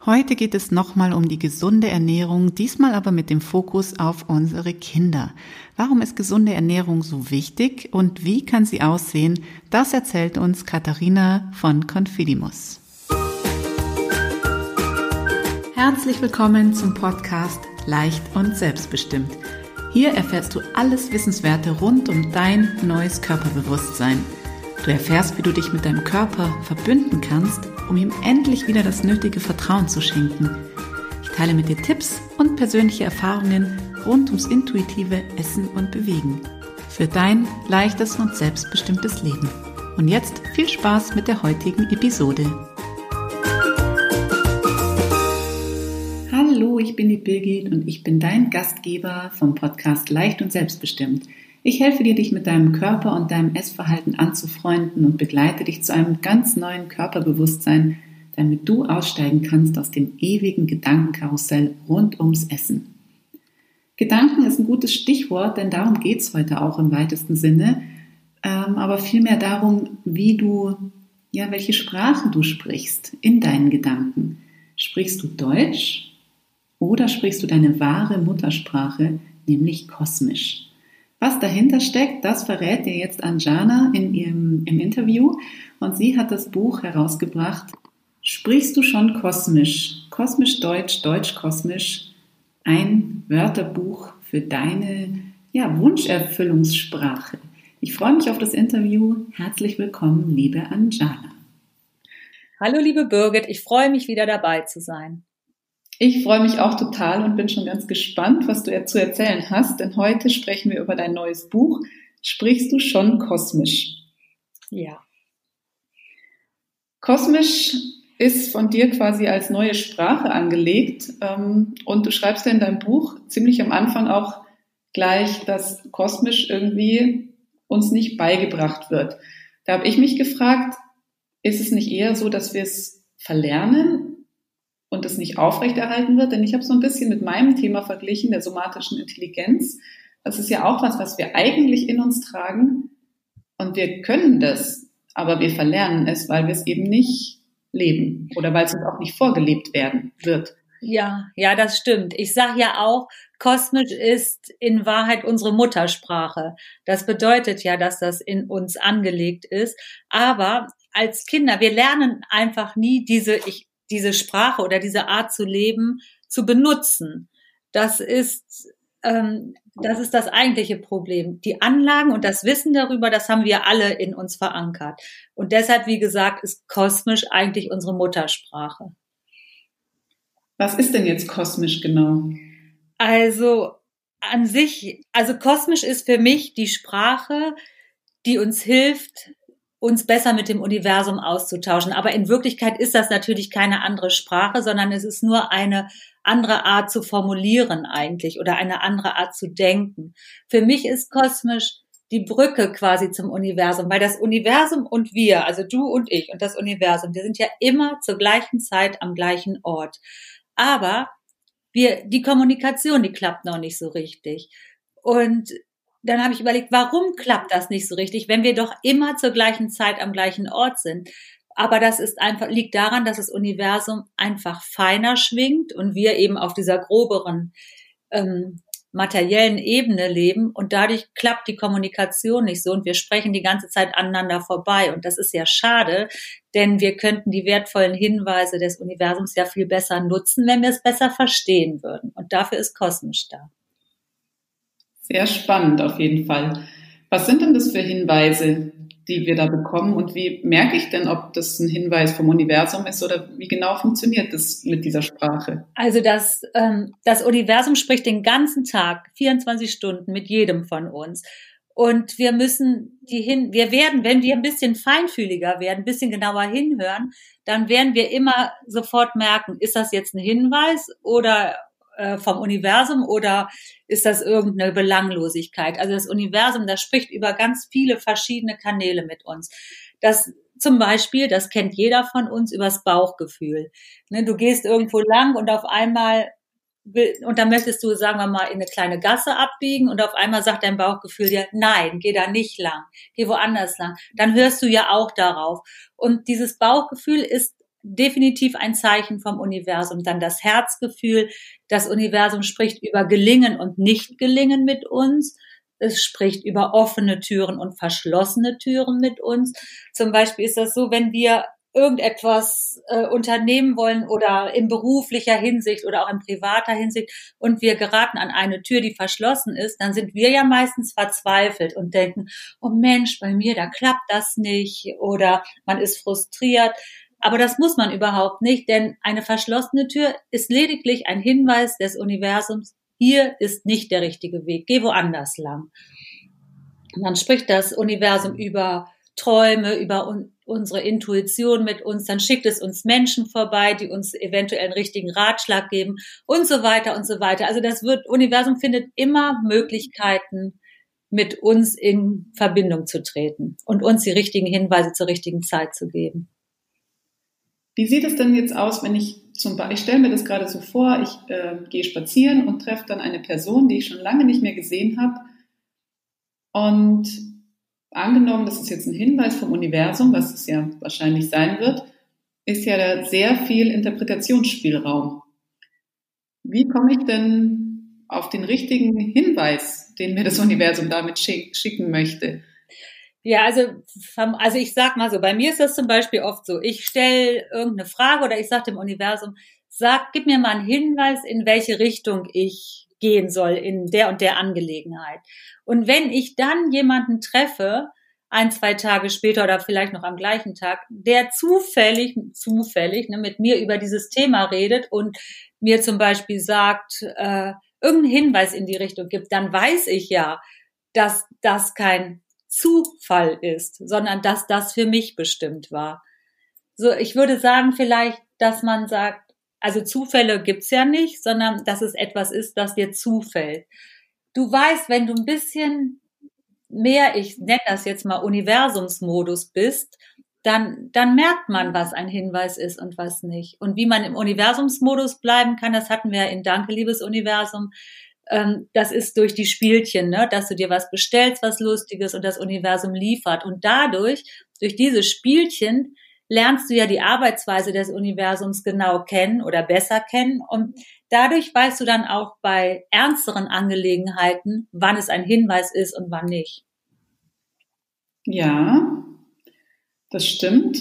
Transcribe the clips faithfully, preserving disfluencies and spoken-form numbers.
Heute geht es nochmal um die gesunde Ernährung, diesmal aber mit dem Fokus auf unsere Kinder. Warum ist gesunde Ernährung so wichtig und wie kann sie aussehen? Das erzählt uns Katharina von Confidimus. Herzlich willkommen zum Podcast Leicht und Selbstbestimmt. Hier erfährst du alles Wissenswerte rund um dein neues Körperbewusstsein. Du erfährst, wie du dich mit deinem Körper verbünden kannst, um ihm endlich wieder das nötige Vertrauen zu schenken. Ich teile mit dir Tipps und persönliche Erfahrungen rund ums intuitive Essen und Bewegen. Für dein leichtes und selbstbestimmtes Leben. Und jetzt viel Spaß mit der heutigen Episode. Hallo, ich bin die Birgit und ich bin dein Gastgeber vom Podcast Leicht und Selbstbestimmt. Ich helfe dir, dich mit deinem Körper und deinem Essverhalten anzufreunden und begleite dich zu einem ganz neuen Körperbewusstsein, damit du aussteigen kannst aus dem ewigen Gedankenkarussell rund ums Essen. Gedanken ist ein gutes Stichwort, denn darum geht es heute auch im weitesten Sinne, ähm, aber vielmehr darum, wie du, ja, welche Sprache du sprichst in deinen Gedanken. Sprichst du Deutsch oder sprichst du deine wahre Muttersprache, nämlich kosmisch? Was dahinter steckt, das verrät dir jetzt Anjana in ihrem im Interview. Und sie hat das Buch herausgebracht, Sprichst du schon kosmisch? Kosmisch Deutsch, Deutsch kosmisch. Ein Wörterbuch für deine ja, Wunscherfüllungssprache. Ich freue mich auf das Interview. Herzlich willkommen, liebe Anjana. Hallo, liebe Birgit. Ich freue mich, wieder dabei zu sein. Ich freue mich auch total und bin schon ganz gespannt, was du zu erzählen hast, denn heute sprechen wir über dein neues Buch, Sprichst du schon kosmisch? Ja. Kosmisch ist von dir quasi als neue Sprache angelegt und du schreibst ja in deinem Buch ziemlich am Anfang auch gleich, dass kosmisch irgendwie uns nicht beigebracht wird. Da habe ich mich gefragt, ist es nicht eher so, dass wir es verlernen und es nicht aufrechterhalten wird? Denn ich habe so ein bisschen mit meinem Thema verglichen, der somatischen Intelligenz. Das ist ja auch was, was wir eigentlich in uns tragen und wir können das, aber wir verlernen es, weil wir es eben nicht leben oder weil es uns auch nicht vorgelebt werden wird. Ja, ja, das stimmt. Ich sage ja auch, kosmisch ist in Wahrheit unsere Muttersprache. Das bedeutet ja, dass das in uns angelegt ist. Aber als Kinder, wir lernen einfach nie diese, ich, diese Sprache oder diese Art zu leben, zu benutzen. Das ist, ähm, das ist das eigentliche Problem. Die Anlagen und das Wissen darüber, das haben wir alle in uns verankert. Und deshalb, wie gesagt, ist kosmisch eigentlich unsere Muttersprache. Was ist denn jetzt kosmisch genau? Also an sich, also kosmisch ist für mich die Sprache, die uns hilft, uns besser mit dem Universum auszutauschen. Aber in Wirklichkeit ist das natürlich keine andere Sprache, sondern es ist nur eine andere Art zu formulieren eigentlich oder eine andere Art zu denken. Für mich ist kosmisch die Brücke quasi zum Universum, weil das Universum und wir, also du und ich und das Universum, wir sind ja immer zur gleichen Zeit am gleichen Ort. Aber wir, die Kommunikation, die klappt noch nicht so richtig. Und dann habe ich überlegt, warum klappt das nicht so richtig, wenn wir doch immer zur gleichen Zeit am gleichen Ort sind? Aber das ist einfach, liegt daran, dass das Universum einfach feiner schwingt und wir eben auf dieser groberen ähm, materiellen Ebene leben und dadurch klappt die Kommunikation nicht so und wir sprechen die ganze Zeit aneinander vorbei und das ist ja schade, denn wir könnten die wertvollen Hinweise des Universums ja viel besser nutzen, wenn wir es besser verstehen würden und dafür ist kosmisch da. Sehr spannend auf jeden Fall. Was sind denn das für Hinweise, die wir da bekommen und wie merke ich denn, ob das ein Hinweis vom Universum ist oder wie genau funktioniert das mit dieser Sprache? Also das, ähm, das Universum spricht den ganzen Tag, vierundzwanzig Stunden mit jedem von uns und wir müssen die hin, wir werden, wenn wir ein bisschen feinfühliger werden, ein bisschen genauer hinhören, dann werden wir immer sofort merken, ist das jetzt ein Hinweis oder vom Universum oder ist das irgendeine Belanglosigkeit? Also das Universum, das spricht über ganz viele verschiedene Kanäle mit uns. Das zum Beispiel, das kennt jeder von uns, übers Bauchgefühl. Ne, du gehst irgendwo lang und auf einmal und dann möchtest du, sagen wir mal, in eine kleine Gasse abbiegen und auf einmal sagt dein Bauchgefühl dir, nein, geh da nicht lang, geh woanders lang. Dann hörst du ja auch darauf. Und dieses Bauchgefühl ist definitiv ein Zeichen vom Universum. Dann das Herzgefühl. Das Universum spricht über Gelingen und Nicht-Gelingen mit uns. Es spricht über offene Türen und verschlossene Türen mit uns. Zum Beispiel ist das so, wenn wir irgendetwas äh, unternehmen wollen oder in beruflicher Hinsicht oder auch in privater Hinsicht und wir geraten an eine Tür, die verschlossen ist, dann sind wir ja meistens verzweifelt und denken, oh Mensch, bei mir, da klappt das nicht oder man ist frustriert. Aber das muss man überhaupt nicht, denn eine verschlossene Tür ist lediglich ein Hinweis des Universums, hier ist nicht der richtige Weg, geh woanders lang. Und dann spricht das Universum über Träume, über un- unsere Intuition mit uns, dann schickt es uns Menschen vorbei, die uns eventuell einen richtigen Ratschlag geben und so weiter und so weiter. Also das wird, Universum findet immer Möglichkeiten, mit uns in Verbindung zu treten und uns die richtigen Hinweise zur richtigen Zeit zu geben. Wie sieht es denn jetzt aus, wenn ich zum Beispiel, ich stelle mir das gerade so vor, ich äh, gehe spazieren und treffe dann eine Person, die ich schon lange nicht mehr gesehen habe und angenommen, das ist jetzt ein Hinweis vom Universum, was es ja wahrscheinlich sein wird, ist ja da sehr viel Interpretationsspielraum. Wie komme ich denn auf den richtigen Hinweis, den mir das Universum damit schick, schicken möchte? Ja, also, also ich sag mal so, bei mir ist das zum Beispiel oft so, ich stelle irgendeine Frage oder ich sage dem Universum, sag, gib mir mal einen Hinweis, in welche Richtung ich gehen soll in der und der Angelegenheit. Und wenn ich dann jemanden treffe, ein, zwei Tage später oder vielleicht noch am gleichen Tag, der zufällig, zufällig ne, mit mir über dieses Thema redet und mir zum Beispiel sagt, äh, irgendeinen Hinweis in die Richtung gibt, dann weiß ich ja, dass das kein Zufall ist, sondern dass das für mich bestimmt war. So, ich würde sagen vielleicht, dass man sagt, also Zufälle gibt's ja nicht, sondern dass es etwas ist, das dir zufällt. Du weißt, wenn du ein bisschen mehr, ich nenne das jetzt mal Universumsmodus bist, dann, dann merkt man, was ein Hinweis ist und was nicht. Und wie man im Universumsmodus bleiben kann, das hatten wir ja in Danke, liebes Universum, ähm, das ist durch die Spielchen, ne, dass du dir was bestellst, was Lustiges und das Universum liefert. Und dadurch, durch diese Spielchen, lernst du ja die Arbeitsweise des Universums genau kennen oder besser kennen und dadurch weißt du dann auch bei ernsteren Angelegenheiten, wann es ein Hinweis ist und wann nicht. Ja, das stimmt.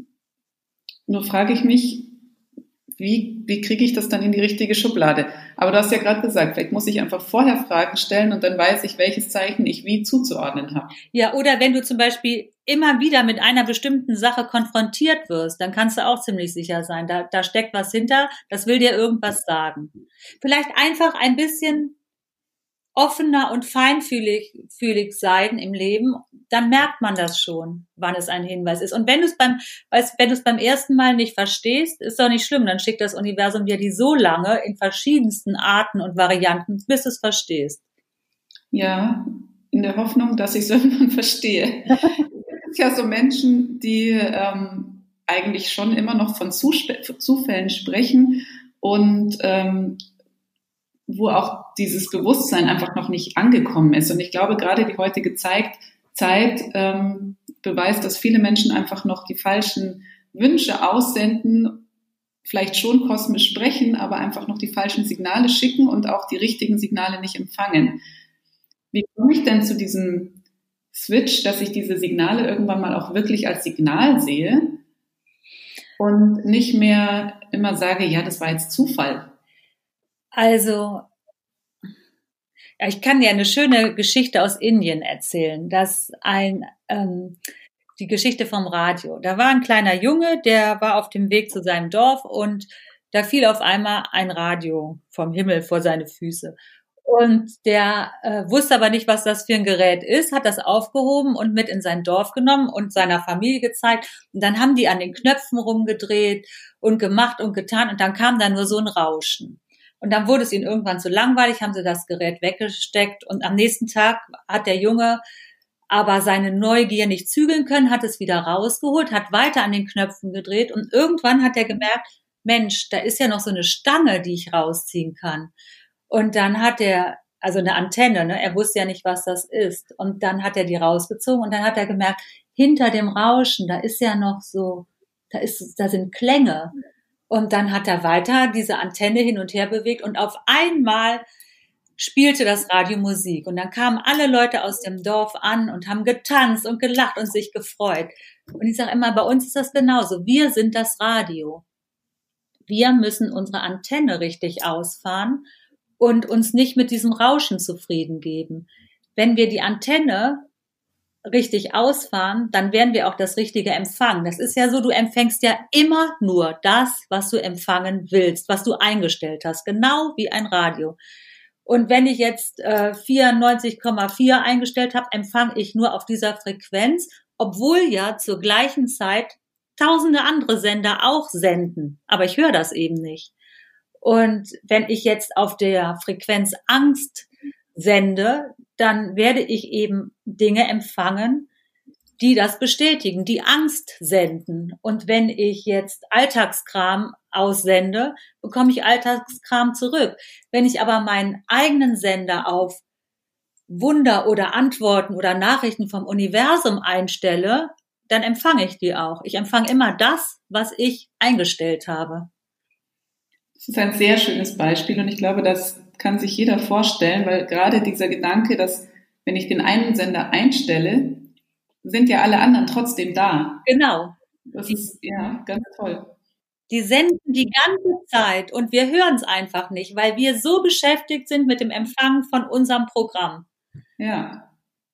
Nur frage ich mich, wie, wie kriege ich das dann in die richtige Schublade? Aber du hast ja gerade gesagt, vielleicht muss ich einfach vorher Fragen stellen und dann weiß ich, welches Zeichen ich wie zuzuordnen habe. Ja, oder wenn du zum Beispiel immer wieder mit einer bestimmten Sache konfrontiert wirst, dann kannst du auch ziemlich sicher sein, da, da steckt was hinter, das will dir irgendwas sagen. Vielleicht einfach ein bisschen offener und feinfühlig fühlig sein im Leben, dann merkt man das schon, wann es ein Hinweis ist. Und wenn du es beim, weißt, wenn du es beim ersten Mal nicht verstehst, ist doch nicht schlimm, dann schickt das Universum dir die so lange in verschiedensten Arten und Varianten, bis du es verstehst. Ja, in der Hoffnung, dass ich es irgendwann verstehe. Es gibt ja so Menschen, die ähm, eigentlich schon immer noch von Zusp- Zufällen sprechen und ähm, wo auch dieses Bewusstsein einfach noch nicht angekommen ist. Und ich glaube, gerade die heutige Zeit, Zeit ähm, beweist, dass viele Menschen einfach noch die falschen Wünsche aussenden, vielleicht schon kosmisch sprechen, aber einfach noch die falschen Signale schicken und auch die richtigen Signale nicht empfangen. Wie komme ich denn zu diesem Switch, dass ich diese Signale irgendwann mal auch wirklich als Signal sehe und nicht mehr immer sage, ja, das war jetzt Zufall? Also, ja, ich kann dir eine schöne Geschichte aus Indien erzählen, dass ein, ähm, die Geschichte vom Radio. Da war ein kleiner Junge, der war auf dem Weg zu seinem Dorf und da fiel auf einmal ein Radio vom Himmel vor seine Füße. Und der äh, wusste aber nicht, was das für ein Gerät ist, hat das aufgehoben und mit in sein Dorf genommen und seiner Familie gezeigt. Und dann haben die an den Knöpfen rumgedreht und gemacht und getan und dann kam da nur so ein Rauschen. Und dann wurde es ihnen irgendwann zu langweilig, haben sie das Gerät weggesteckt und am nächsten Tag hat der Junge aber seine Neugier nicht zügeln können, hat es wieder rausgeholt, hat weiter an den Knöpfen gedreht und irgendwann hat er gemerkt, Mensch, da ist ja noch so eine Stange, die ich rausziehen kann. Und dann hat er, also eine Antenne, ne, er wusste ja nicht, was das ist. Und dann hat er die rausgezogen und dann hat er gemerkt, hinter dem Rauschen, da ist ja noch so Da ist, da sind Klänge. Und dann hat er weiter diese Antenne hin und her bewegt und auf einmal spielte das Radio Musik. Und dann kamen alle Leute aus dem Dorf an und haben getanzt und gelacht und sich gefreut. Und ich sage immer, bei uns ist das genauso. Wir sind das Radio. Wir müssen unsere Antenne richtig ausfahren und uns nicht mit diesem Rauschen zufrieden geben. Wenn wir die Antenne richtig ausfahren, dann werden wir auch das Richtige empfangen. Das ist ja so, du empfängst ja immer nur das, was du empfangen willst, was du eingestellt hast, genau wie ein Radio. Und wenn ich jetzt äh, vierundneunzig Komma vier eingestellt habe, empfange ich nur auf dieser Frequenz, obwohl ja zur gleichen Zeit tausende andere Sender auch senden. Aber ich höre das eben nicht. Und wenn ich jetzt auf der Frequenz Angst sende, dann werde ich eben Dinge empfangen, die das bestätigen, die Angst senden. Und wenn ich jetzt Alltagskram aussende, bekomme ich Alltagskram zurück. Wenn ich aber meinen eigenen Sender auf Wunder oder Antworten oder Nachrichten vom Universum einstelle, dann empfange ich die auch. Ich empfange immer das, was ich eingestellt habe. Das ist ein sehr schönes Beispiel und ich glaube, das kann sich jeder vorstellen, weil gerade dieser Gedanke, dass wenn ich den einen Sender einstelle, sind ja alle anderen trotzdem da. Genau. Das ist ja ganz toll. Die senden die ganze Zeit und wir hören es einfach nicht, weil wir so beschäftigt sind mit dem Empfangen von unserem Programm. Ja.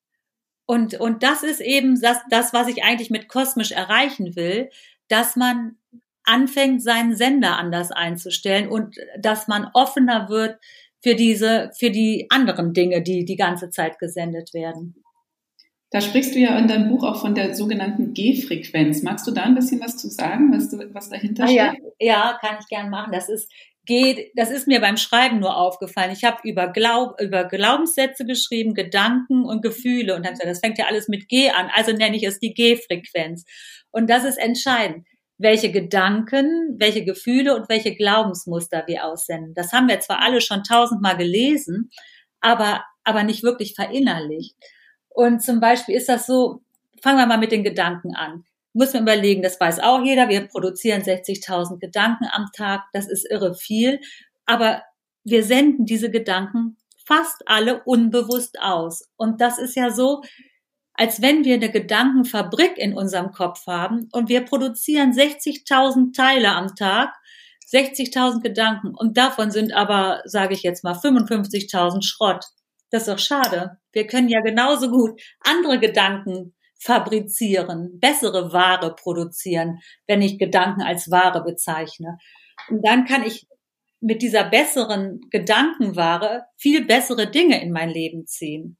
Und, und das ist eben das, das, was ich eigentlich mit kosmisch erreichen will, dass man anfängt, seinen Sender anders einzustellen und dass man offener wird für diese, für die anderen Dinge, die die ganze Zeit gesendet werden. Da sprichst du ja in deinem Buch auch von der sogenannten G-Frequenz. Magst du da ein bisschen was zu sagen, was, du, was dahinter ah, steht? Ja, ja, kann ich gern machen. Das ist G, das ist mir beim Schreiben nur aufgefallen. Ich habe über, Glaub, über Glaubenssätze geschrieben, Gedanken und Gefühle und dann das fängt ja alles mit G an. Also nenne ich es die G-Frequenz. Und das ist entscheidend, welche Gedanken, welche Gefühle und welche Glaubensmuster wir aussenden. Das haben wir zwar alle schon tausendmal gelesen, aber, aber nicht wirklich verinnerlicht. Und zum Beispiel ist das so, fangen wir mal mit den Gedanken an. Muss man überlegen, das weiß auch jeder, wir produzieren sechzigtausend Gedanken am Tag, das ist irre viel, aber wir senden diese Gedanken fast alle unbewusst aus. Und das ist ja so, als wenn wir eine Gedankenfabrik in unserem Kopf haben und wir produzieren sechzigtausend Teile am Tag, sechzigtausend Gedanken und davon sind aber, sage ich jetzt mal, fünfundfünfzigtausend Schrott. Das ist doch schade. Wir können ja genauso gut andere Gedanken fabrizieren, bessere Ware produzieren, wenn ich Gedanken als Ware bezeichne. Und dann kann ich mit dieser besseren Gedankenware viel bessere Dinge in mein Leben ziehen.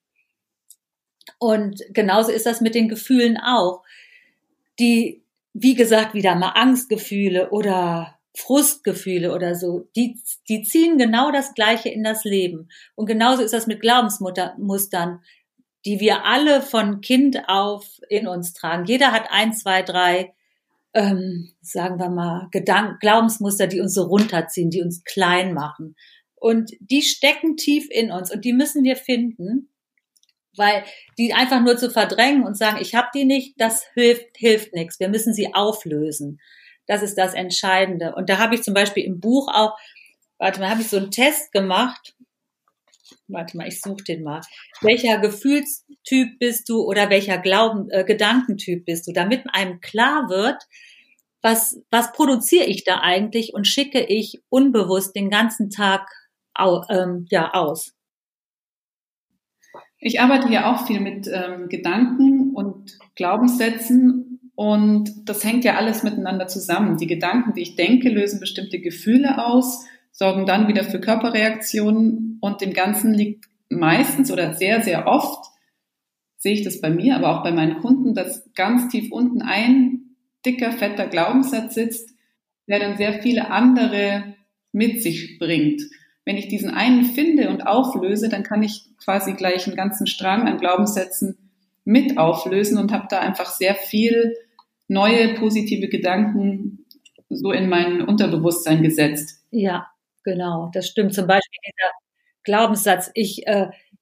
Und genauso ist das mit den Gefühlen auch. Die, wie gesagt, wieder mal Angstgefühle oder Frustgefühle oder so, die, die ziehen genau das Gleiche in das Leben. Und genauso ist das mit Glaubensmustern, die wir alle von Kind auf in uns tragen. Jeder hat ein, zwei, drei, ähm, sagen wir mal, Gedanken, Glaubensmuster, die uns so runterziehen, die uns klein machen. Und die stecken tief in uns und die müssen wir finden, weil die einfach nur zu verdrängen und sagen, ich habe die nicht, das hilft, hilft nichts. Wir müssen sie auflösen. Das ist das Entscheidende. Und da habe ich zum Beispiel im Buch auch, warte mal, habe ich so einen Test gemacht. Warte mal, ich suche den mal. Welcher Gefühlstyp bist du oder welcher Glauben, äh, Gedankentyp bist du? Damit einem klar wird, was, was produziere ich da eigentlich und schicke ich unbewusst den ganzen Tag au, ähm, ja, aus. Ich arbeite ja auch viel mit ähm, Gedanken und Glaubenssätzen. Und das hängt ja alles miteinander zusammen. Die Gedanken, die ich denke, lösen bestimmte Gefühle aus, sorgen dann wieder für Körperreaktionen und dem Ganzen liegt meistens oder sehr, sehr oft, sehe ich das bei mir, aber auch bei meinen Kunden, dass ganz tief unten ein dicker, fetter Glaubenssatz sitzt, der dann sehr viele andere mit sich bringt. Wenn ich diesen einen finde und auflöse, dann kann ich quasi gleich einen ganzen Strang an Glaubenssätzen mit auflösen und habe da einfach sehr viel neue positive Gedanken so in mein Unterbewusstsein gesetzt. Ja, genau, das stimmt. Zum Beispiel dieser Glaubenssatz, ich, äh,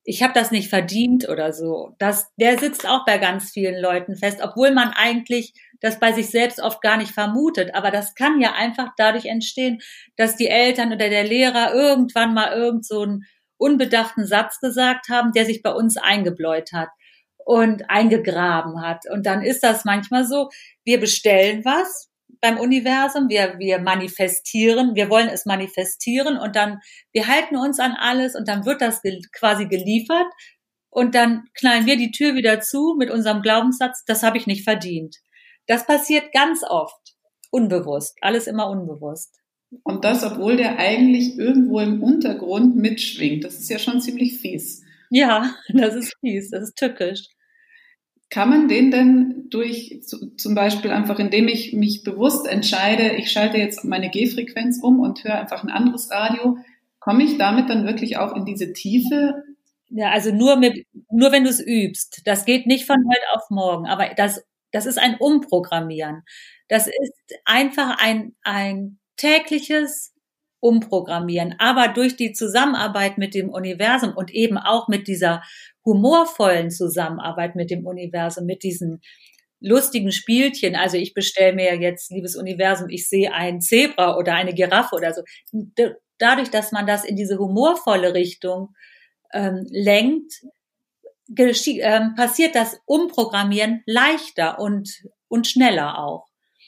ich habe das nicht verdient oder so. Das, der sitzt auch bei ganz vielen Leuten fest, obwohl man eigentlich das bei sich selbst oft gar nicht vermutet. Aber das kann ja einfach dadurch entstehen, dass die Eltern oder der Lehrer irgendwann mal irgend so einen unbedachten Satz gesagt haben, der sich bei uns eingebläut hat und eingegraben hat. Und dann ist das manchmal so, wir bestellen was beim Universum, wir, wir manifestieren, wir wollen es manifestieren und dann, wir halten uns an alles und dann wird das ge- quasi geliefert und dann knallen wir die Tür wieder zu mit unserem Glaubenssatz, das habe ich nicht verdient. Das passiert ganz oft, unbewusst, alles immer unbewusst. Und das, obwohl der eigentlich irgendwo im Untergrund mitschwingt. Das ist ja schon ziemlich fies. Ja, das ist fies, das ist tückisch. Kann man den denn durch, zum Beispiel einfach, indem ich mich bewusst entscheide, ich schalte jetzt meine G-Frequenz um und höre einfach ein anderes Radio, komme ich damit dann wirklich auch in diese Tiefe? Ja, also nur mit, nur wenn du es übst. Das geht nicht von heute auf morgen, aber das, das ist ein Umprogrammieren. Das ist einfach ein, ein tägliches Umprogrammieren, aber durch die Zusammenarbeit mit dem Universum und eben auch mit dieser humorvollen Zusammenarbeit mit dem Universum, mit diesen lustigen Spielchen. Also ich bestelle mir jetzt, liebes Universum, ich sehe ein Zebra oder eine Giraffe oder so. Dadurch, dass man das in diese humorvolle Richtung ähm, lenkt, geschie- ähm, passiert das Umprogrammieren leichter und, und schneller auch.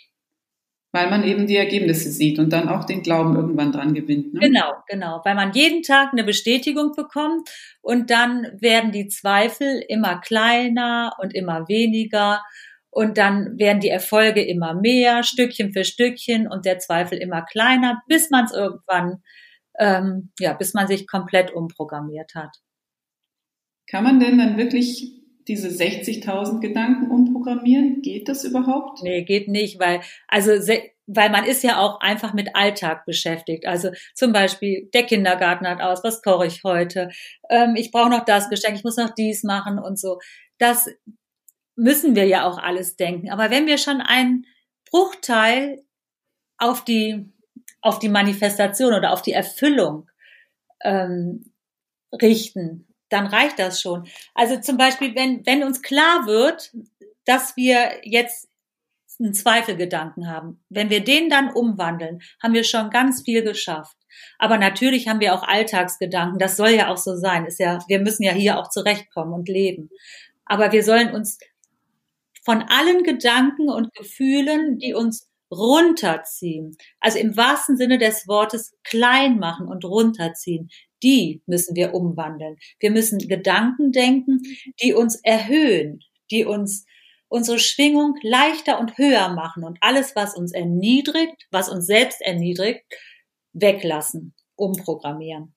Weil man eben die Ergebnisse sieht und dann auch den Glauben irgendwann dran gewinnt. Ne? Genau, genau. Weil man jeden Tag eine Bestätigung bekommt und dann werden die Zweifel immer kleiner und immer weniger und dann werden die Erfolge immer mehr, Stückchen für Stückchen und der Zweifel immer kleiner, bis man es irgendwann, ähm, ja, bis man sich komplett umprogrammiert hat. Kann man denn dann wirklich diese sechzigtausend Gedanken umprogrammieren? Geht das überhaupt? Nee, geht nicht, weil, also, weil man ist ja auch einfach mit Alltag beschäftigt. Also zum Beispiel, der Kindergarten hat aus, was koche ich heute? Ähm, ich brauche noch das Geschenk, ich muss noch dies machen und so. Das müssen wir ja auch alles denken. Aber wenn wir schon einen Bruchteil auf die, auf die Manifestation oder auf die Erfüllung ähm, richten, dann reicht das schon. Also zum Beispiel, wenn, wenn uns klar wird, dass wir jetzt einen Zweifelgedanken haben, wenn wir den dann umwandeln, haben wir schon ganz viel geschafft. Aber natürlich haben wir auch Alltagsgedanken, das soll ja auch so sein. Ist ja, wir müssen ja hier auch zurechtkommen und leben. Aber wir sollen uns von allen Gedanken und Gefühlen, die uns runterziehen, also im wahrsten Sinne des Wortes klein machen und runterziehen, die müssen wir umwandeln. Wir müssen Gedanken denken, die uns erhöhen, die uns unsere Schwingung leichter und höher machen und alles, was uns erniedrigt, was uns selbst erniedrigt, weglassen, umprogrammieren.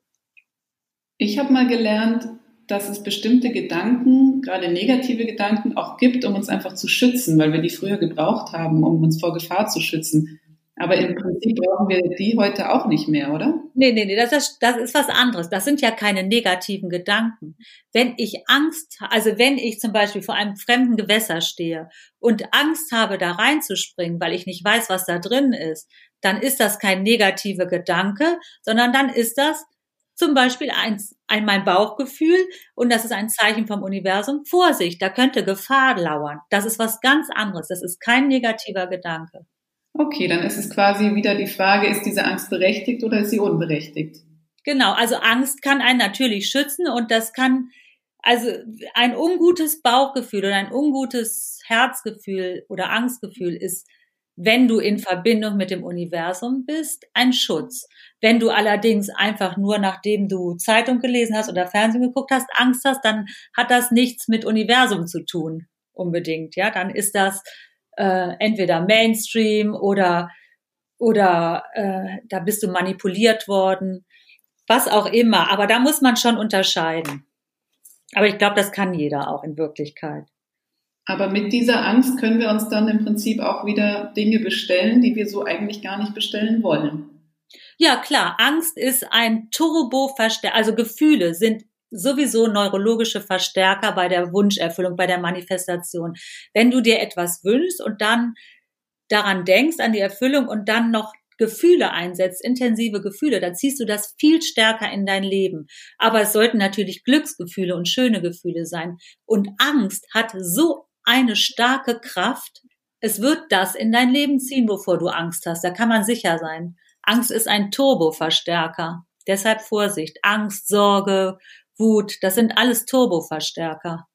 Ich habe mal gelernt, dass es bestimmte Gedanken, gerade negative Gedanken, auch gibt, um uns einfach zu schützen, weil wir die früher gebraucht haben, um uns vor Gefahr zu schützen. Aber im Prinzip brauchen wir die heute auch nicht mehr, oder? Nee, nee, nee, das ist, das ist was anderes. Das sind ja keine negativen Gedanken. Wenn ich Angst, also wenn ich zum Beispiel vor einem fremden Gewässer stehe und Angst habe, da reinzuspringen, weil ich nicht weiß, was da drin ist, dann ist das kein negativer Gedanke, sondern dann ist das zum Beispiel ein, ein mein Bauchgefühl und das ist ein Zeichen vom Universum. Vorsicht, da könnte Gefahr lauern. Das ist was ganz anderes. Das ist kein negativer Gedanke. Okay, dann ist es quasi wieder die Frage, ist diese Angst berechtigt oder ist sie unberechtigt? Genau, also Angst kann einen natürlich schützen und das kann, also ein ungutes Bauchgefühl oder ein ungutes Herzgefühl oder Angstgefühl ist, wenn du in Verbindung mit dem Universum bist, ein Schutz. Wenn du allerdings einfach nur, nachdem du Zeitung gelesen hast oder Fernsehen geguckt hast, Angst hast, dann hat das nichts mit Universum zu tun, unbedingt, ja, dann ist das Äh, entweder Mainstream oder oder äh, da bist du manipuliert worden, was auch immer. Aber da muss man schon unterscheiden. Aber ich glaube, das kann jeder auch in Wirklichkeit. Aber mit dieser Angst können wir uns dann im Prinzip auch wieder Dinge bestellen, die wir so eigentlich gar nicht bestellen wollen. Ja, klar. Angst ist ein Turbo-Verstärker. Also Gefühle sind sowieso neurologische Verstärker bei der Wunscherfüllung, bei der Manifestation. Wenn du dir etwas wünschst und dann daran denkst, an die Erfüllung und dann noch Gefühle einsetzt, intensive Gefühle, dann ziehst du das viel stärker in dein Leben. Aber es sollten natürlich Glücksgefühle und schöne Gefühle sein. Und Angst hat so eine starke Kraft. Es wird das in dein Leben ziehen, wovor du Angst hast. Da kann man sicher sein. Angst ist ein Turboverstärker. Deshalb Vorsicht. Angst, Sorge, Wut, das sind alles Turboverstärker.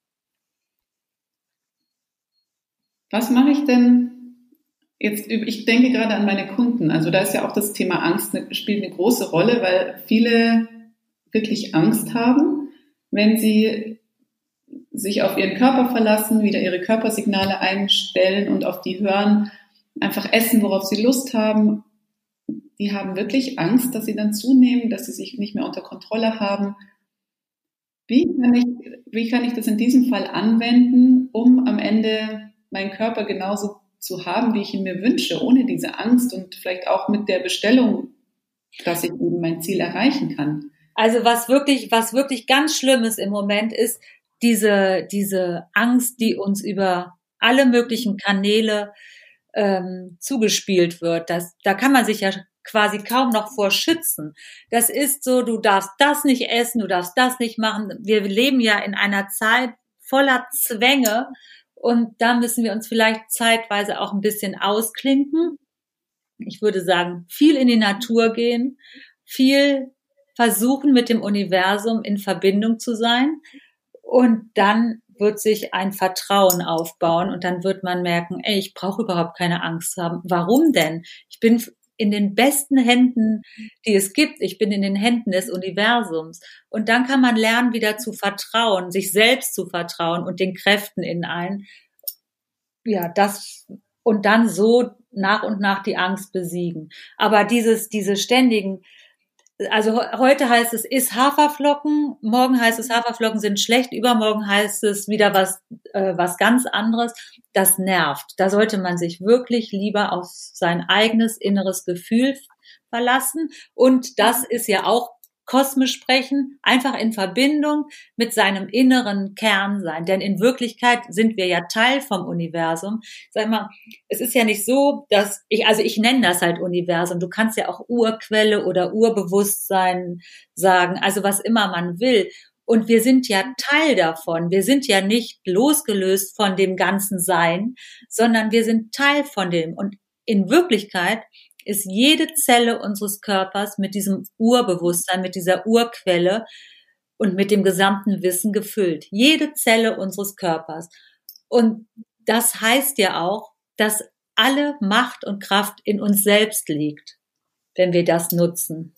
Was mache ich denn jetzt? Ich denke gerade an meine Kunden. Also da ist ja auch das Thema Angst spielt eine große Rolle, weil viele wirklich Angst haben, wenn sie sich auf ihren Körper verlassen, wieder ihre Körpersignale einstellen und auf die hören, einfach essen, worauf sie Lust haben. Die haben wirklich Angst, dass sie dann zunehmen, dass sie sich nicht mehr unter Kontrolle haben. Wie kann ich, wie kann ich das in diesem Fall anwenden, um am Ende meinen Körper genauso zu haben, wie ich ihn mir wünsche, ohne diese Angst und vielleicht auch mit der Bestellung, dass ich eben mein Ziel erreichen kann? Also was wirklich, was wirklich ganz Schlimmes im Moment ist, diese, diese Angst, die uns über alle möglichen Kanäle ähm, zugespielt wird. Das, da kann man sich ja quasi kaum noch vor schützen. Das ist so, du darfst das nicht essen, du darfst das nicht machen. Wir leben ja in einer Zeit voller Zwänge und da müssen wir uns vielleicht zeitweise auch ein bisschen ausklinken. Ich würde sagen, viel in die Natur gehen, viel versuchen, mit dem Universum in Verbindung zu sein. Und dann wird sich ein Vertrauen aufbauen und dann wird man merken, ey, ich brauche überhaupt keine Angst haben. Warum denn? Ich bin in den besten Händen, die es gibt. Ich bin in den Händen des Universums. Und dann kann man lernen, wieder zu vertrauen, sich selbst zu vertrauen und den Kräften in ein. Ja, das, und dann so nach und nach die Angst besiegen. Aber dieses, diese ständigen, also heute heißt es, iss Haferflocken, morgen heißt es, Haferflocken sind schlecht, übermorgen heißt es wieder was, äh, was ganz anderes. Das nervt. Da sollte man sich wirklich lieber auf sein eigenes inneres Gefühl verlassen. Und das ist ja auch kosmisch sprechen, einfach in Verbindung mit seinem inneren Kern sein. Denn in Wirklichkeit sind wir ja Teil vom Universum. Sag mal, es ist ja nicht so, dass ich, also ich nenne das halt Universum. Du kannst ja auch Urquelle oder Urbewusstsein sagen, also was immer man will. Und wir sind ja Teil davon. Wir sind ja nicht losgelöst von dem ganzen Sein, sondern wir sind Teil von dem. Und in Wirklichkeit ist jede Zelle unseres Körpers mit diesem Urbewusstsein, mit dieser Urquelle und mit dem gesamten Wissen gefüllt. Jede Zelle unseres Körpers. Und das heißt ja auch, dass alle Macht und Kraft in uns selbst liegt, wenn wir das nutzen.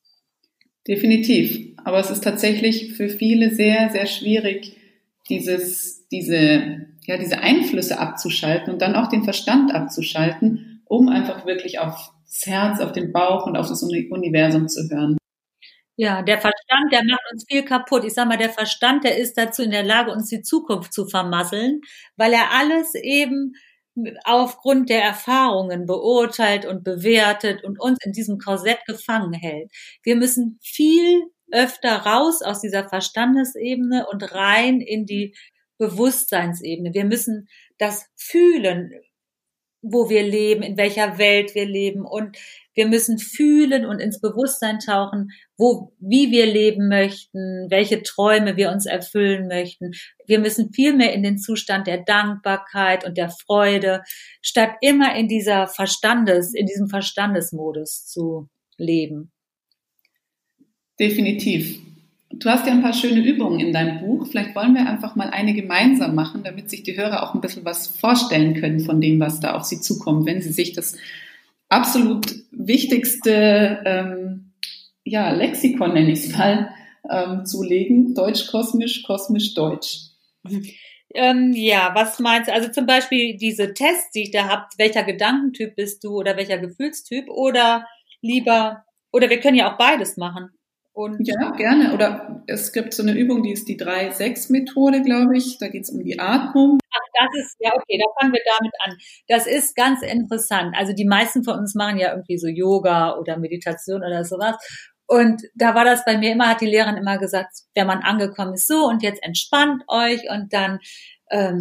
Definitiv. Aber es ist tatsächlich für viele sehr, sehr schwierig, dieses, diese, ja, diese Einflüsse abzuschalten und dann auch den Verstand abzuschalten, um einfach wirklich aufs Herz, auf den Bauch und auf das Universum zu hören. Ja, der Verstand, der macht uns viel kaputt. Ich sag mal, der Verstand, der ist dazu in der Lage, uns die Zukunft zu vermasseln, weil er alles eben aufgrund der Erfahrungen beurteilt und bewertet und uns in diesem Korsett gefangen hält. Wir müssen viel öfter raus aus dieser Verstandesebene und rein in die Bewusstseinsebene. Wir müssen das fühlen, wo wir leben, in welcher Welt wir leben, und wir müssen fühlen und ins Bewusstsein tauchen, wo, wie wir leben möchten, welche Träume wir uns erfüllen möchten. Wir müssen viel mehr in den Zustand der Dankbarkeit und der Freude, statt immer in dieser Verstandes, in diesem Verstandesmodus zu leben. Definitiv. Du hast ja ein paar schöne Übungen in deinem Buch. Vielleicht wollen wir einfach mal eine gemeinsam machen, damit sich die Hörer auch ein bisschen was vorstellen können von dem, was da auf sie zukommt, wenn sie sich das absolut wichtigste ähm, ja, Lexikon, nenne ich es mal, ähm, zulegen. Deutsch, kosmisch, kosmisch, deutsch. Ähm, ja, was meinst du? Also zum Beispiel diese Tests, die ich da habe, welcher Gedankentyp bist du oder welcher Gefühlstyp, oder lieber, oder wir können ja auch beides machen. Und ja, gerne. Oder es gibt so eine Übung, die ist die drei sechs Methode, glaube ich. Da geht es um die Atmung. Ach, das ist, ja, okay, da fangen wir damit an. Das ist ganz interessant. Also die meisten von uns machen ja irgendwie so Yoga oder Meditation oder sowas. Und da war das bei mir immer, hat die Lehrerin immer gesagt, wenn man angekommen ist, so, und jetzt entspannt euch und dann ähm,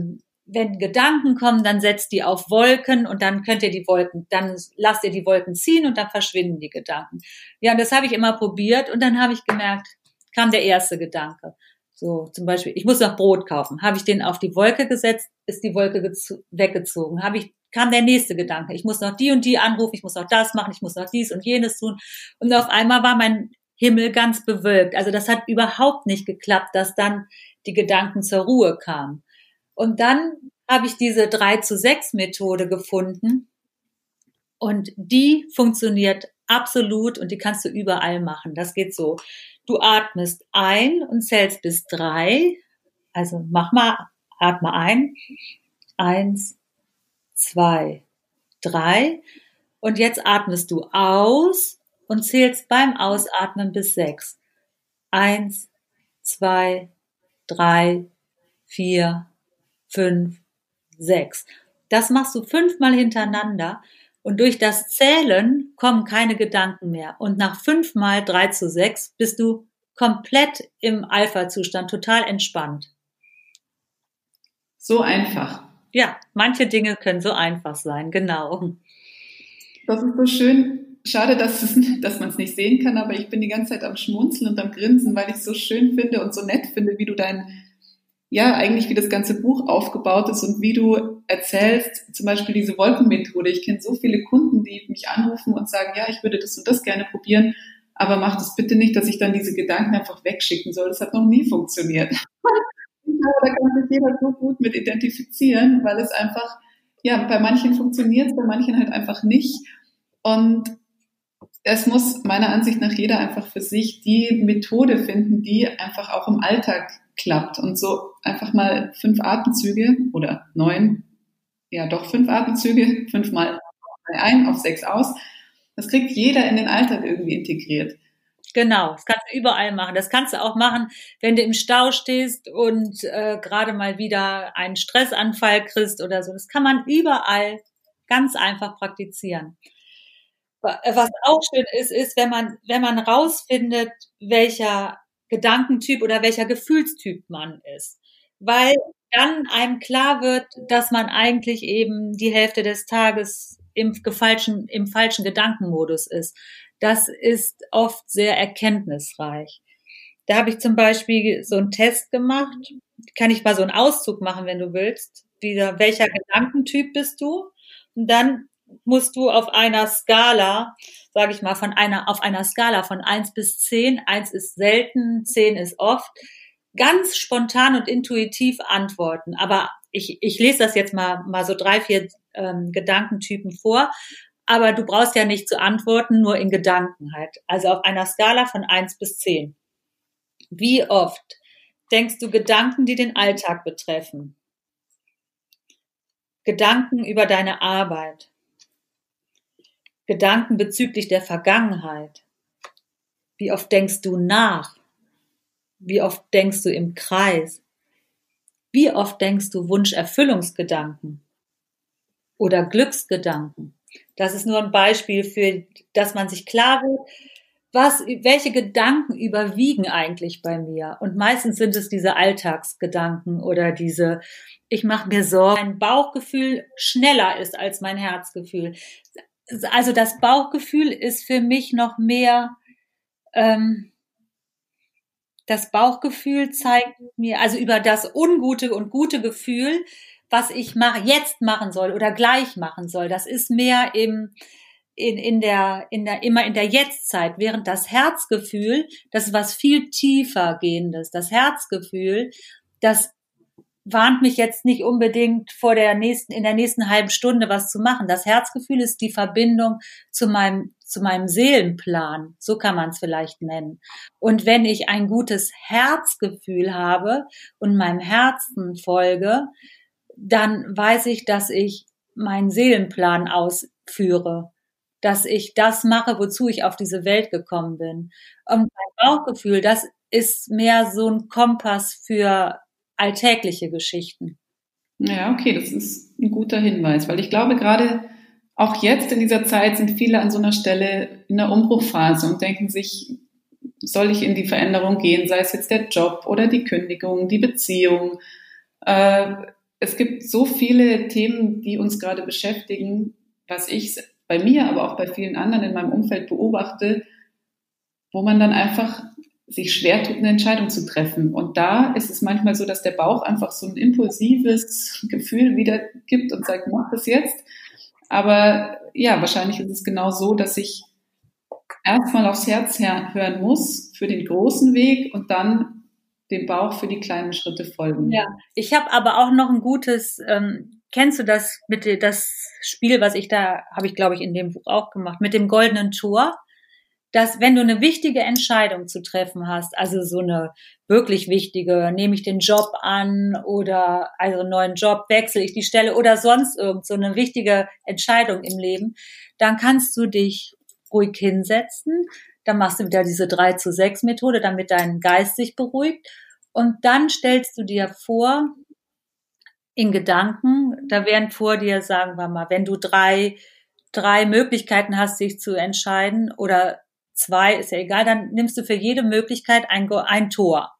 wenn Gedanken kommen, dann setzt die auf Wolken und dann könnt ihr die Wolken, dann lasst ihr die Wolken ziehen und dann verschwinden die Gedanken. Ja, und das habe ich immer probiert und dann habe ich gemerkt, kam der erste Gedanke. So, zum Beispiel, ich muss noch Brot kaufen. Habe ich den auf die Wolke gesetzt, ist die Wolke gez- weggezogen. Habe ich, kam der nächste Gedanke. Ich muss noch die und die anrufen, ich muss noch das machen, ich muss noch dies und jenes tun. Und auf einmal war mein Himmel ganz bewölkt. Also das hat überhaupt nicht geklappt, dass dann die Gedanken zur Ruhe kamen. Und dann habe ich diese drei zu sechs Methode gefunden und die funktioniert absolut und die kannst du überall machen. Das geht so. Du atmest ein und zählst bis drei. Also mach mal, atme ein. Eins, zwei, drei. Und jetzt atmest du aus und zählst beim Ausatmen bis sechs. Eins, zwei, drei, vier, fünf, sechs. Das machst du fünfmal hintereinander und durch das Zählen kommen keine Gedanken mehr. Und nach fünfmal drei zu sechs bist du komplett im Alpha-Zustand, total entspannt. So einfach. Ja, manche Dinge können so einfach sein, genau. Das ist so schön. Schade, dass, es, dass man es nicht sehen kann, aber ich bin die ganze Zeit am Schmunzeln und am Grinsen, weil ich es so schön finde und so nett finde, wie du dein ja, eigentlich wie das ganze Buch aufgebaut ist und wie du erzählst, zum Beispiel diese Wolkenmethode. Ich kenne so viele Kunden, die mich anrufen und sagen, ja, ich würde das und das gerne probieren, aber mach das bitte nicht, dass ich dann diese Gedanken einfach wegschicken soll. Das hat noch nie funktioniert. Ich glaube, da kann sich jeder so gut mit identifizieren, weil es einfach, ja, bei manchen funktioniert es, bei manchen halt einfach nicht. Und es muss meiner Ansicht nach jeder einfach für sich die Methode finden, die einfach auch im Alltag klappt und so einfach mal fünf Atemzüge oder neun, ja doch fünf Atemzüge, fünfmal ein, auf sechs aus. Das kriegt jeder in den Alltag irgendwie integriert. Genau, das kannst du überall machen. Das kannst du auch machen, wenn du im Stau stehst und äh, gerade mal wieder einen Stressanfall kriegst oder so. Das kann man überall ganz einfach praktizieren. Was auch schön ist, ist, wenn man, wenn man rausfindet, welcher Gedankentyp oder welcher Gefühlstyp man ist. Weil dann einem klar wird, dass man eigentlich eben die Hälfte des Tages im falschen, im falschen Gedankenmodus ist. Das ist oft sehr erkenntnisreich. Da habe ich zum Beispiel so einen Test gemacht. Kann ich mal so einen Auszug machen, wenn du willst. Wieder, welcher Gedankentyp bist du? Und dann musst du auf einer Skala, sage ich mal, von einer, auf einer Skala von eins bis zehn, eins ist selten, zehn ist oft, ganz spontan und intuitiv antworten. Aber ich, ich lese das jetzt mal, mal so drei, vier ähm, Gedankentypen vor. Aber du brauchst ja nicht zu antworten, nur in Gedanken halt. Also auf einer Skala von eins bis zehn. Wie oft denkst du Gedanken, die den Alltag betreffen? Gedanken über deine Arbeit? Gedanken bezüglich der Vergangenheit? Wie oft denkst du nach? Wie oft denkst du im Kreis? Wie oft denkst du Wunscherfüllungsgedanken oder Glücksgedanken? Das ist nur ein Beispiel für, dass man sich klar wird, was, welche Gedanken überwiegen eigentlich bei mir? Und meistens sind es diese Alltagsgedanken oder diese, ich mache mir Sorgen, mein Bauchgefühl schneller ist als mein Herzgefühl. Also das Bauchgefühl ist für mich noch mehr, ähm, das Bauchgefühl zeigt mir, also über das ungute und gute Gefühl, was ich mache, jetzt machen soll oder gleich machen soll. Das ist mehr im, in, in der, in der, immer in der Jetztzeit, während das Herzgefühl, das ist was viel tiefer gehendes. Das Herzgefühl, das warnt mich jetzt nicht unbedingt vor der nächsten, in der nächsten halben Stunde was zu machen. Das Herzgefühl ist die Verbindung zu meinem, zu meinem Seelenplan. So kann man es vielleicht nennen. Und wenn ich ein gutes Herzgefühl habe und meinem Herzen folge, dann weiß ich, dass ich meinen Seelenplan ausführe, dass ich das mache, wozu ich auf diese Welt gekommen bin. Und mein Bauchgefühl, das ist mehr so ein Kompass für alltägliche Geschichten. Ja, okay, das ist ein guter Hinweis, weil ich glaube, gerade auch jetzt in dieser Zeit sind viele an so einer Stelle in der Umbruchphase und denken sich, soll ich in die Veränderung gehen, sei es jetzt der Job oder die Kündigung, die Beziehung, äh, es gibt so viele Themen, die uns gerade beschäftigen, was ich bei mir, aber auch bei vielen anderen in meinem Umfeld beobachte, wo man dann einfach sich schwer tut, eine Entscheidung zu treffen. Und da ist es manchmal so, dass der Bauch einfach so ein impulsives Gefühl wieder gibt und sagt, mach das jetzt. Aber ja, wahrscheinlich ist es genau so, dass ich erstmal aufs Herz hören muss für den großen Weg und dann dem Bauch für die kleinen Schritte folgen. Ja, ich habe aber auch noch ein gutes, ähm, kennst du das mit dem, das Spiel, was ich da, habe ich glaube ich in dem Buch auch gemacht, mit dem goldenen Tor, dass wenn du eine wichtige Entscheidung zu treffen hast, also so eine wirklich wichtige, nehme ich den Job an oder also einen neuen Job, wechsle ich die Stelle oder sonst irgend so eine wichtige Entscheidung im Leben, dann kannst du dich ruhig hinsetzen, dann machst du wieder diese drei zu sechs Methode, damit dein Geist sich beruhigt und dann stellst du dir vor, in Gedanken, da werden vor dir, sagen wir mal, wenn du drei, drei Möglichkeiten hast, sich zu entscheiden oder zwei, ist ja egal, dann nimmst du für jede Möglichkeit ein, ein Tor,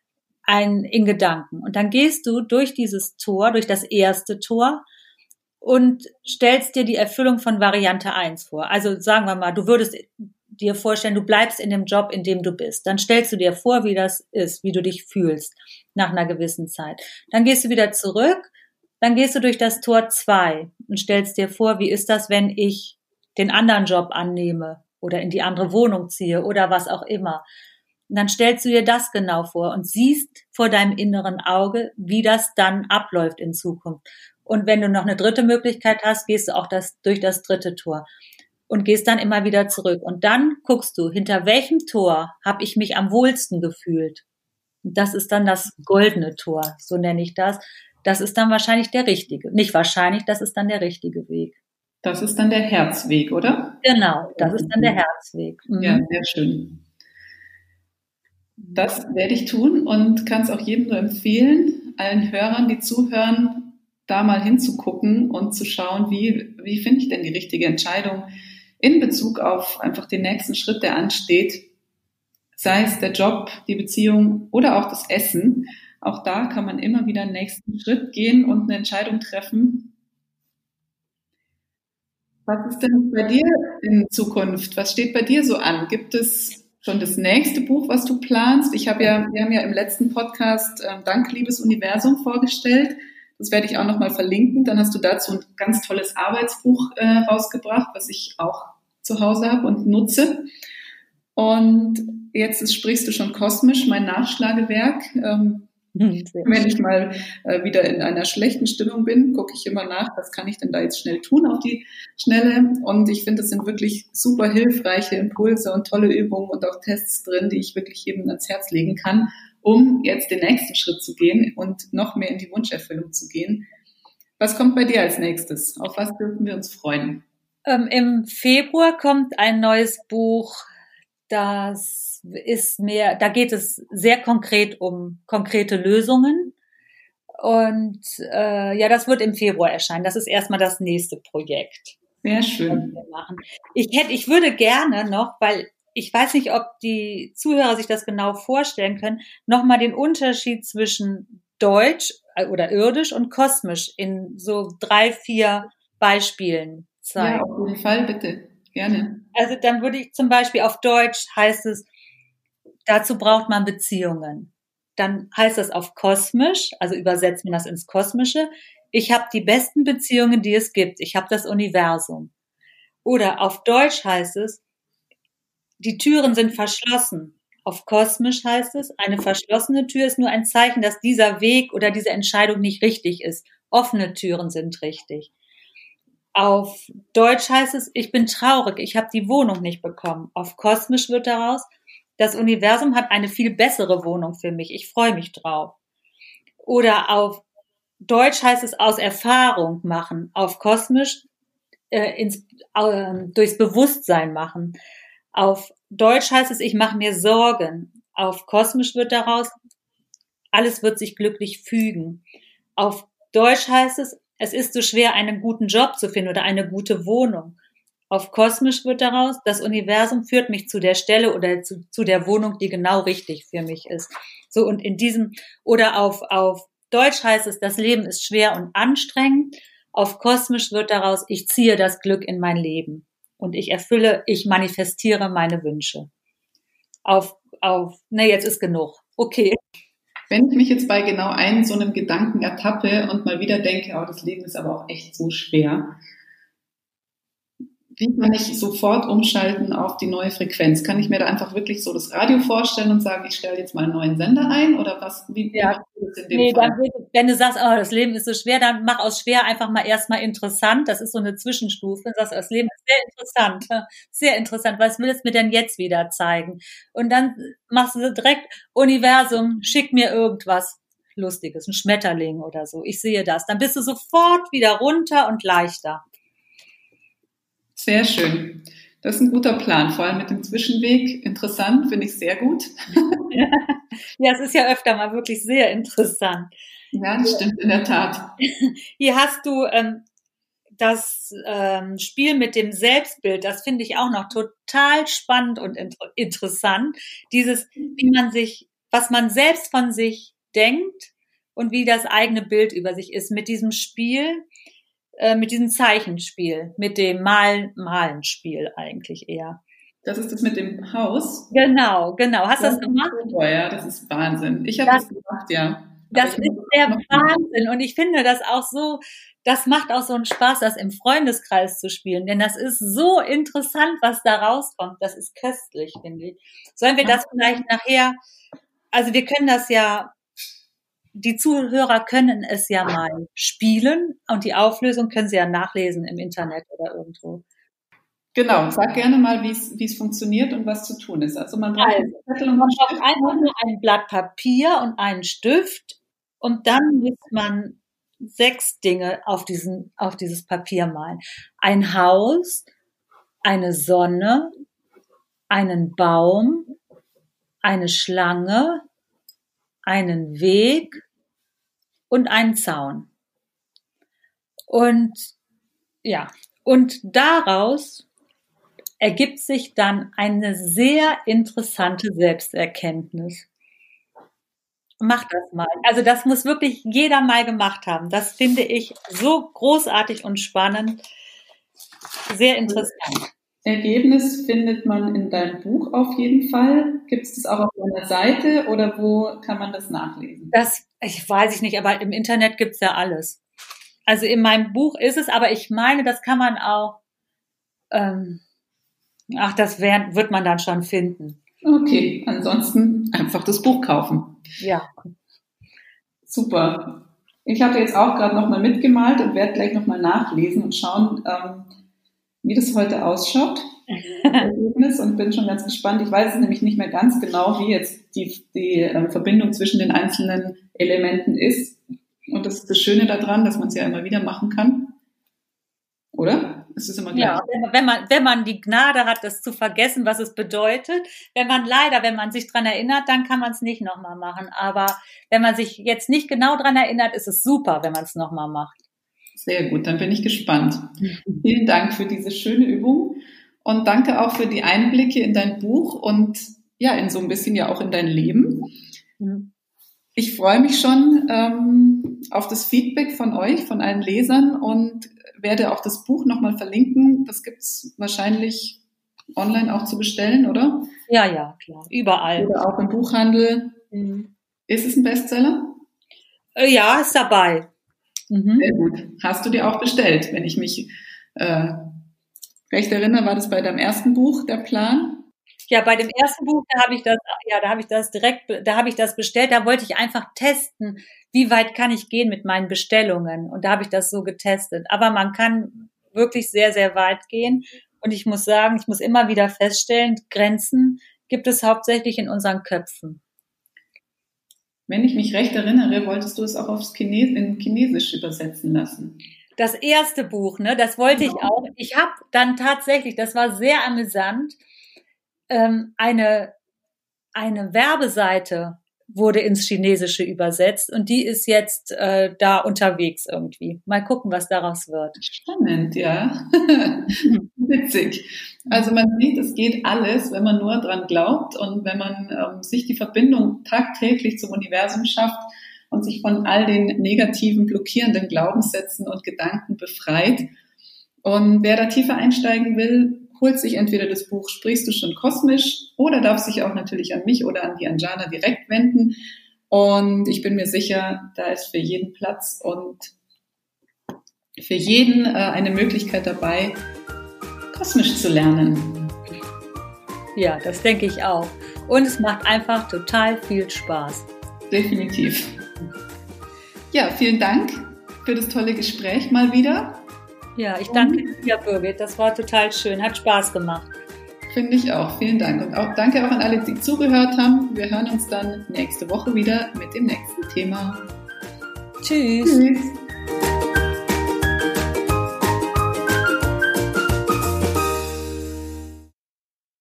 ein in Gedanken. Und dann gehst du durch dieses Tor, durch das erste Tor und stellst dir die Erfüllung von Variante eins vor. Also sagen wir mal, du würdest dir vorstellen, du bleibst in dem Job, in dem du bist. Dann stellst du dir vor, wie das ist, wie du dich fühlst nach einer gewissen Zeit. Dann gehst du wieder zurück, dann gehst du durch das Tor zwei und stellst dir vor, wie ist das, wenn ich den anderen Job annehme oder in die andere Wohnung ziehe oder was auch immer. Und dann stellst du dir das genau vor und siehst vor deinem inneren Auge, wie das dann abläuft in Zukunft. Und wenn du noch eine dritte Möglichkeit hast, gehst du auch das, durch das dritte Tor und gehst dann immer wieder zurück. Und dann guckst du, hinter welchem Tor habe ich mich am wohlsten gefühlt. Und das ist dann das goldene Tor, so nenne ich das. Das ist dann wahrscheinlich der richtige. Nicht wahrscheinlich, das ist dann der richtige Weg. Das ist dann der Herzweg, oder? Genau, das ist dann der Herzweg. Mhm. Ja, sehr schön. Das werde ich tun und kann es auch jedem nur empfehlen, allen Hörern, die zuhören, da mal hinzugucken und zu schauen, wie, wie finde ich denn die richtige Entscheidung in Bezug auf einfach den nächsten Schritt, der ansteht, sei es der Job, die Beziehung oder auch das Essen. Auch da kann man immer wieder einen nächsten Schritt gehen und eine Entscheidung treffen. Was ist denn bei dir in Zukunft? Was steht bei dir so an? Gibt es schon das nächste Buch, was du planst? Ich habe ja, wir haben ja im letzten Podcast äh, Danke, liebes Universum vorgestellt. Das werde ich auch nochmal verlinken. Dann hast du dazu ein ganz tolles Arbeitsbuch äh, rausgebracht, was ich auch zu Hause habe und nutze. Und jetzt sprichst du schon kosmisch, mein Nachschlagewerk. Ähm, Wenn ich mal äh, wieder in einer schlechten Stimmung bin, gucke ich immer nach, was kann ich denn da jetzt schnell tun auf die Schnelle. Und ich finde, es sind wirklich super hilfreiche Impulse und tolle Übungen und auch Tests drin, die ich wirklich jedem ans Herz legen kann, um jetzt den nächsten Schritt zu gehen und noch mehr in die Wunscherfüllung zu gehen. Was kommt bei dir als nächstes? Auf was dürfen wir uns freuen? Ähm, Im Februar kommt ein neues Buch, das ist mehr, da geht es sehr konkret um konkrete Lösungen. Und äh, ja, das wird im Februar erscheinen. Das ist erstmal das nächste Projekt. Sehr schön. Wir machen. Ich hätte, ich würde gerne noch, weil ich weiß nicht, ob die Zuhörer sich das genau vorstellen können, nochmal den Unterschied zwischen Deutsch oder Irdisch und Kosmisch in so drei, vier Beispielen zeigen. Ja, auf jeden Fall, bitte. Gerne. Also dann würde ich zum Beispiel auf Deutsch heißt es, dazu braucht man Beziehungen. Dann heißt das auf Kosmisch, also übersetzt man das ins Kosmische, ich habe die besten Beziehungen, die es gibt. Ich habe das Universum. Oder auf Deutsch heißt es, die Türen sind verschlossen. Auf Kosmisch heißt es, eine verschlossene Tür ist nur ein Zeichen, dass dieser Weg oder diese Entscheidung nicht richtig ist. Offene Türen sind richtig. Auf Deutsch heißt es, ich bin traurig, ich habe die Wohnung nicht bekommen. Auf Kosmisch wird daraus, das Universum hat eine viel bessere Wohnung für mich, ich freue mich drauf. Oder auf Deutsch heißt es aus Erfahrung machen, auf Kosmisch äh, ins, äh, durchs Bewusstsein machen. Auf Deutsch heißt es, ich mache mir Sorgen. Auf Kosmisch wird daraus, alles wird sich glücklich fügen. Auf Deutsch heißt es, es ist so schwer, einen guten Job zu finden oder eine gute Wohnung. Auf Kosmisch wird daraus, das Universum führt mich zu der Stelle oder zu, zu der Wohnung, die genau richtig für mich ist. So, und in diesem, oder auf, auf Deutsch heißt es, das Leben ist schwer und anstrengend. Auf Kosmisch wird daraus, ich ziehe das Glück in mein Leben. Und ich erfülle, ich manifestiere meine Wünsche. Auf, auf, ne, jetzt ist genug. Okay. Wenn ich mich jetzt bei genau einem so einem Gedanken ertappe und mal wieder denke, oh, das Leben ist aber auch echt so schwer, wie kann ich sofort umschalten auf die neue Frequenz? Kann ich mir da einfach wirklich so das Radio vorstellen und sagen, ich stelle jetzt mal einen neuen Sender ein? Oder was? Wie, wie Ja. machst du das in dem Nee, Fall? dann, wenn du sagst, oh, das Leben ist so schwer, dann mach aus schwer einfach mal erstmal interessant. Das ist so eine Zwischenstufe. Du sagst, das Leben ist sehr interessant. Sehr interessant. Was will es mir denn jetzt wieder zeigen? Und dann machst du direkt, Universum, schick mir irgendwas Lustiges, ein Schmetterling oder so. Ich sehe das. Dann bist du sofort wieder runter und leichter. Sehr schön. Das ist ein guter Plan, vor allem mit dem Zwischenweg. Interessant, finde ich sehr gut. Ja, es ist ja öfter mal wirklich sehr interessant. Ja, das stimmt in der Tat. Hier hast du ähm, das ähm, Spiel mit dem Selbstbild. Das finde ich auch noch total spannend und inter- interessant. Dieses, wie man sich, was man selbst von sich denkt und wie das eigene Bild über sich ist. Mit diesem Spiel, äh, mit diesem Zeichenspiel, mit dem Malen, Malenspiel eigentlich eher. Das ist das mit dem Haus. Genau, genau. Hast du das gemacht? Super, ja, das ist Wahnsinn. Ich habe das, das gemacht, ja. Das ist der Wahnsinn. Und ich finde das auch so, das macht auch so einen Spaß, das im Freundeskreis zu spielen. Denn das ist so interessant, was da rauskommt. Das ist köstlich, finde ich. Sollen wir das vielleicht nachher, also wir können das ja, die Zuhörer können es ja mal spielen und die Auflösung können sie ja nachlesen im Internet oder irgendwo. Genau, sag gerne mal, wie es wie es funktioniert und was zu tun ist. Also man braucht, also, Zettel und man braucht einfach nur ein Blatt Papier und einen Stift und dann muss man sechs Dinge auf diesen auf dieses Papier malen. Ein Haus, eine Sonne, einen Baum, eine Schlange, einen Weg und einen Zaun. Und ja, und daraus ergibt sich dann eine sehr interessante Selbsterkenntnis. Mach das mal. Also das muss wirklich jeder mal gemacht haben. Das finde ich so großartig und spannend. Sehr interessant. Ergebnis findet man in deinem Buch auf jeden Fall. Gibt es das auch auf deiner Seite oder wo kann man das nachlesen? Das, ich weiß ich nicht, aber im Internet gibt's ja alles. Also in meinem Buch ist es, aber ich meine, das kann man auch, ähm, ach, das wär, wird man dann schon finden. Okay, ansonsten einfach das Buch kaufen. Ja. Super. Ich habe jetzt auch gerade nochmal mitgemalt und werde gleich nochmal nachlesen und schauen, ähm, wie das heute ausschaut. Und bin schon ganz gespannt. Ich weiß es nämlich nicht mehr ganz genau, wie jetzt die, die äh, Verbindung zwischen den einzelnen Elementen ist. Und das ist das Schöne daran, dass man es ja immer wieder machen kann. Oder? Es ist immer gleich. Ja, wenn man, wenn man die Gnade hat, das zu vergessen, was es bedeutet. Wenn man leider, wenn man sich dran erinnert, dann kann man es nicht nochmal machen. Aber wenn man sich jetzt nicht genau dran erinnert, ist es super, wenn man es nochmal macht. Sehr gut, dann bin ich gespannt. Mhm. Vielen Dank für diese schöne Übung und danke auch für die Einblicke in dein Buch und ja, in so ein bisschen ja auch in dein Leben. Mhm. Ich freue mich schon ähm, auf das Feedback von euch, von allen Lesern und werde auch das Buch nochmal verlinken. Das gibt es wahrscheinlich online auch zu bestellen, oder? Ja, ja, klar. Überall. Oder auch im Buchhandel. Mhm. Ist es ein Bestseller? Ja, ist dabei. Mhm. Sehr gut. Hast du dir auch bestellt? Wenn ich mich äh, recht erinnere, war das bei deinem ersten Buch der Plan? Ja, bei dem ersten Buch, da habe ich das, ja, da habe ich das direkt, da habe ich das bestellt. Da wollte ich einfach testen, wie weit kann ich gehen mit meinen Bestellungen. Und da habe ich das so getestet. Aber man kann wirklich sehr, sehr weit gehen. Und ich muss sagen, ich muss immer wieder feststellen, Grenzen gibt es hauptsächlich in unseren Köpfen. Wenn ich mich recht erinnere, wolltest du es auch aufs Chines- in Chinesisch übersetzen lassen. Das erste Buch, ne, das wollte ich auch. Ich habe dann tatsächlich, das war sehr amüsant, ähm, eine eine Werbeseite wurde ins Chinesische übersetzt und die ist jetzt äh, da unterwegs irgendwie. Mal gucken, was daraus wird. Spannend, ja. Witzig. Also man sieht, es geht alles, wenn man nur dran glaubt und wenn man ähm, sich die Verbindung tagtäglich zum Universum schafft, und sich von all den negativen, blockierenden Glaubenssätzen und Gedanken befreit. Und wer da tiefer einsteigen will, holt sich entweder das Buch Sprichst du schon kosmisch oder darf sich auch natürlich an mich oder an die Anjana direkt wenden. Und ich bin mir sicher, da ist für jeden Platz und für jeden äh, eine Möglichkeit dabei, kosmisch zu lernen. Ja, das denke ich auch. Und es macht einfach total viel Spaß. Definitiv. Ja, vielen Dank für das tolle Gespräch mal wieder. Ja, ich danke dir, Birgit. Das war total schön. Hat Spaß gemacht. Finde ich auch. Vielen Dank. Und auch danke auch an alle, die zugehört haben. Wir hören uns dann nächste Woche wieder mit dem nächsten Thema. Tschüss. Tschüss.